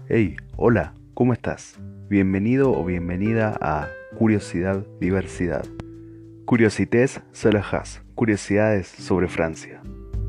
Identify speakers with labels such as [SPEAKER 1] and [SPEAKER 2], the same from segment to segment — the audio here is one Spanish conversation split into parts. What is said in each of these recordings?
[SPEAKER 1] Hey, hola, ¿cómo estás? Bienvenido o bienvenida a Curiosidad Diversidad. Curiosités sur la France, curiosidades sobre Francia.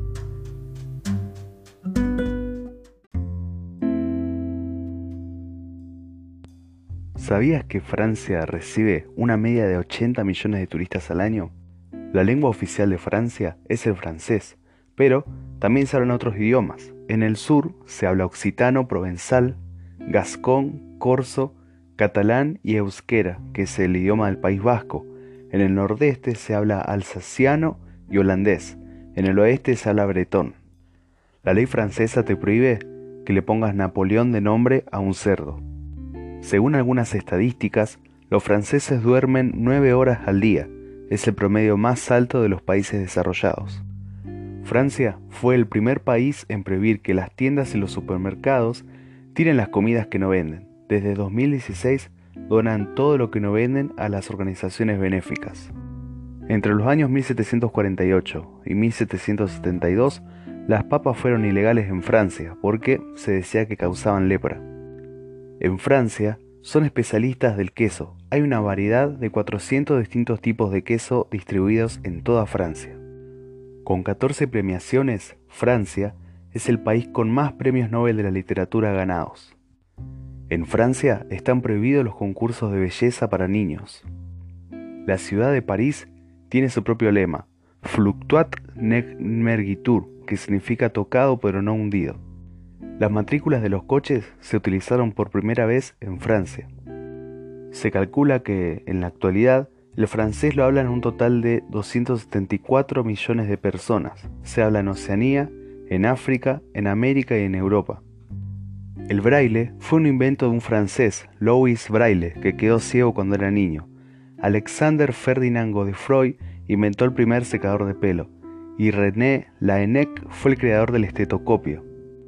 [SPEAKER 1] ¿Sabías que Francia recibe una media de 80 millones de turistas al año? La lengua oficial de Francia es el francés, pero también se hablan otros idiomas. En el sur se habla occitano, provenzal, gascón, corso, catalán y euskera, que es el idioma del País Vasco. En el nordeste se habla alsaciano y holandés. En el oeste se habla bretón. La ley francesa te prohíbe que le pongas Napoleón de nombre a un cerdo. Según algunas estadísticas, los franceses duermen 9 horas al día. Es el promedio más alto de los países desarrollados. Francia fue el primer país en prohibir que las tiendas y los supermercados tiren las comidas que no venden. Desde 2016 donan todo lo que no venden a las organizaciones benéficas. Entre los años 1748 y 1772, las papas fueron ilegales en Francia porque se decía que causaban lepra. En Francia son especialistas del queso. Hay una variedad de 400 distintos tipos de queso distribuidos en toda Francia. Con 14 premiaciones, Francia es el país con más premios Nobel de la literatura ganados. En Francia están prohibidos los concursos de belleza para niños. La ciudad de París tiene su propio lema, Fluctuat nec mergitur, que significa tocado pero no hundido. Las matrículas de los coches se utilizaron por primera vez en Francia. Se calcula que, en la actualidad, el francés lo hablan un total de 274 millones de personas. Se habla en Oceanía, en África, en América y en Europa. El braille fue un invento de un francés, Louis Braille, que quedó ciego cuando era niño. Alexander Ferdinand Godefroy inventó el primer secador de pelo, y René Laennec fue el creador del estetoscopio.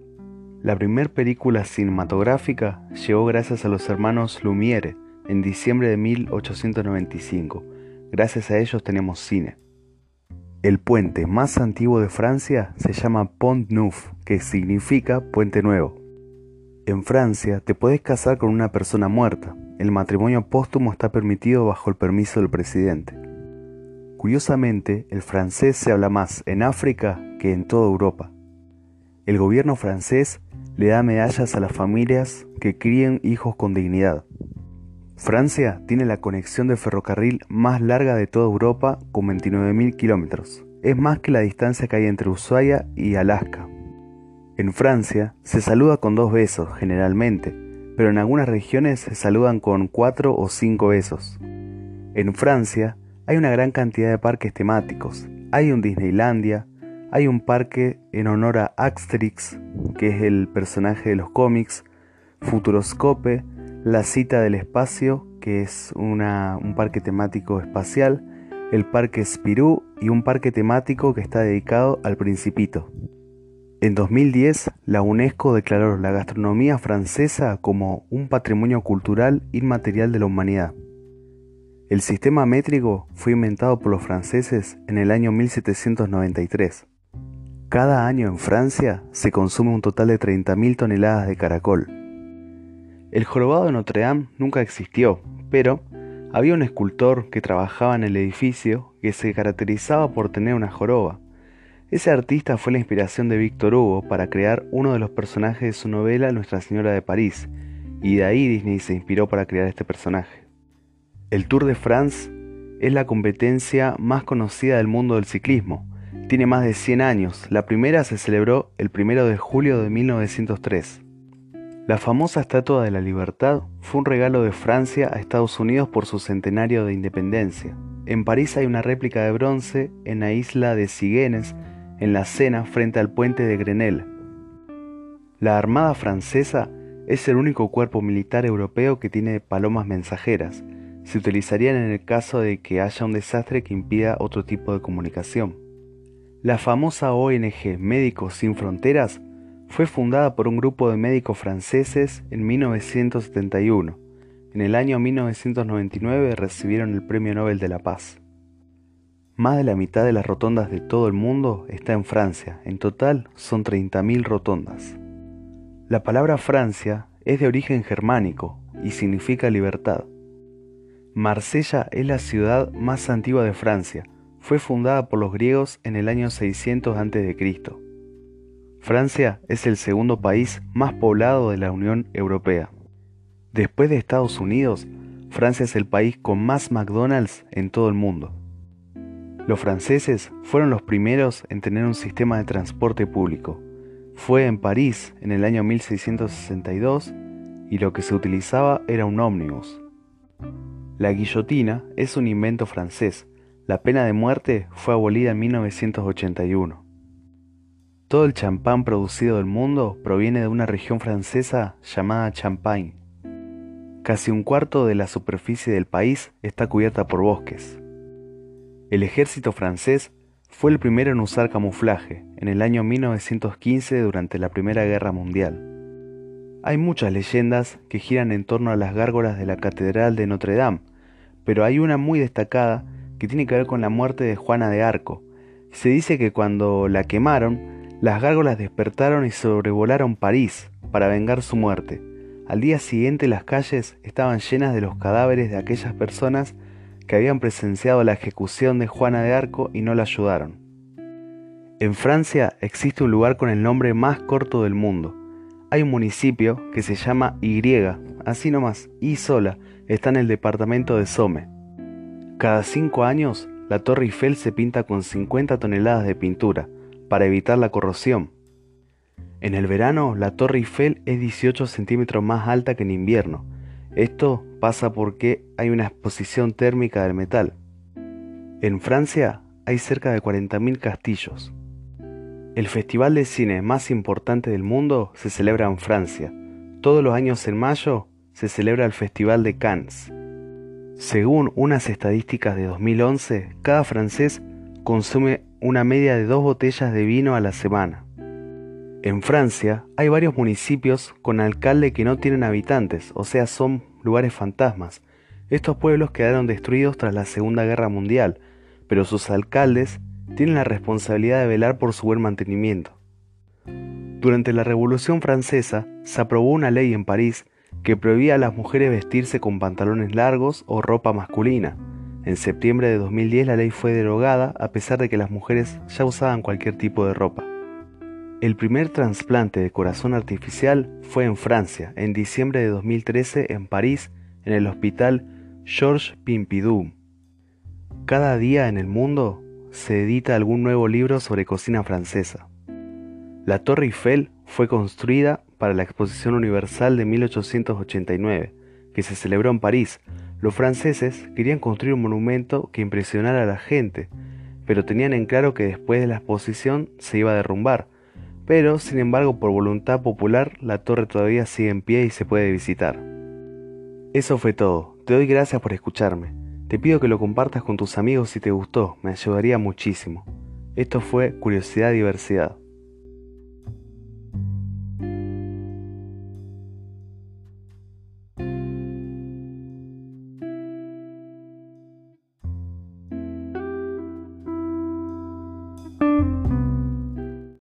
[SPEAKER 1] La primera película cinematográfica llegó gracias a los hermanos Lumière en diciembre de 1895. Gracias a ellos tenemos cine. El puente más antiguo de Francia se llama Pont Neuf, que significa puente nuevo. En Francia te podés casar con una persona muerta. El matrimonio póstumo está permitido bajo el permiso del presidente. Curiosamente, el francés se habla más en África que en toda Europa. El gobierno francés le da medallas a las familias que críen hijos con dignidad. Francia tiene la conexión de ferrocarril más larga de toda Europa con 29.000 kilómetros. Es más que la distancia que hay entre Ushuaia y Alaska. En Francia se saluda con 2 besos generalmente, pero en algunas regiones se saludan con 4 o 5 besos. En Francia hay una gran cantidad de parques temáticos. Hay un Disneylandia, hay un parque en honor a Asterix, que es el personaje de los cómics, Futuroscope, la Cita del Espacio, que es un parque temático espacial, el Parque Spirou y un parque temático que está dedicado al Principito. En 2010, la UNESCO declaró la gastronomía francesa como un patrimonio cultural inmaterial de la humanidad. El sistema métrico fue inventado por los franceses en el año 1793. Cada año en Francia se consume un total de 30.000 toneladas de caracol. El jorobado de Notre Dame nunca existió, pero había un escultor que trabajaba en el edificio que se caracterizaba por tener una joroba. Ese artista fue la inspiración de Victor Hugo para crear uno de los personajes de su novela Nuestra Señora de París, y de ahí Disney se inspiró para crear este personaje. El Tour de France es la competencia más conocida del mundo del ciclismo. Tiene más de 100 años. La primera se celebró el 1 de julio de 1903. La famosa Estatua de la Libertad fue un regalo de Francia a Estados Unidos por su centenario de independencia. En París hay una réplica de bronce en la isla de Sigüenza, en la Sena, frente al puente de Grenelle. La Armada Francesa es el único cuerpo militar europeo que tiene palomas mensajeras. Se utilizarían en el caso de que haya un desastre que impida otro tipo de comunicación. La famosa ONG Médicos Sin Fronteras fue fundada por un grupo de médicos franceses en 1971. En el año 1999 recibieron el Premio Nobel de la Paz. Más de la mitad de las rotondas de todo el mundo está en Francia. En total son 30.000 rotondas. La palabra Francia es de origen germánico y significa libertad. Marsella es la ciudad más antigua de Francia. Fue fundada por los griegos en el año 600 a.C. Francia es el segundo país más poblado de la Unión Europea. Después de Estados Unidos, Francia es el país con más McDonald's en todo el mundo. Los franceses fueron los primeros en tener un sistema de transporte público. Fue en París en el año 1662 y lo que se utilizaba era un ómnibus. La guillotina es un invento francés. La pena de muerte fue abolida en 1981. Todo el champán producido del mundo proviene de una región francesa llamada Champagne. Casi un cuarto de la superficie del país está cubierta por bosques. El ejército francés fue el primero en usar camuflaje en el año 1915 durante la Primera Guerra Mundial. Hay muchas leyendas que giran en torno a las gárgolas de la Catedral de Notre Dame, pero hay una muy destacada que tiene que ver con la muerte de Juana de Arco. Se dice que cuando la quemaron, las gárgolas despertaron y sobrevolaron París para vengar su muerte. Al día siguiente las calles estaban llenas de los cadáveres de aquellas personas que habían presenciado la ejecución de Juana de Arco y no la ayudaron. En Francia existe un lugar con el nombre más corto del mundo. Hay un municipio que se llama Y, así nomás, Y sola, está en el departamento de Somme. Cada 5 años, la Torre Eiffel se pinta con 50 toneladas de pintura, para evitar la corrosión. En el verano, la Torre Eiffel es 18 centímetros más alta que en invierno. Esto pasa porque hay una exposición térmica del metal. En Francia hay cerca de 40.000 castillos. El festival de cine más importante del mundo se celebra en Francia. Todos los años en mayo se celebra el Festival de Cannes. Según unas estadísticas de 2011, cada francés consume una media de 2 botellas de vino a la semana. En Francia hay varios municipios con alcalde que no tienen habitantes, o sea, son lugares fantasmas. Estos pueblos quedaron destruidos tras la Segunda Guerra Mundial, pero sus alcaldes tienen la responsabilidad de velar por su buen mantenimiento. Durante la Revolución Francesa se aprobó una ley en París que prohibía a las mujeres vestirse con pantalones largos o ropa masculina. En septiembre de 2010 la ley fue derogada a pesar de que las mujeres ya usaban cualquier tipo de ropa. El primer trasplante de corazón artificial fue en Francia, en diciembre de 2013 en París, en el hospital Georges Pompidou. Cada día en el mundo se edita algún nuevo libro sobre cocina francesa. La Torre Eiffel fue construida para la Exposición Universal de 1889, que se celebró en París. Los franceses querían construir un monumento que impresionara a la gente, pero tenían en claro que después de la exposición se iba a derrumbar. Pero, sin embargo, por voluntad popular, la torre todavía sigue en pie y se puede visitar. Eso fue todo. Te doy gracias por escucharme. Te pido que lo compartas con tus amigos si te gustó, me ayudaría muchísimo. Esto fue Curiosidad y Diversidad.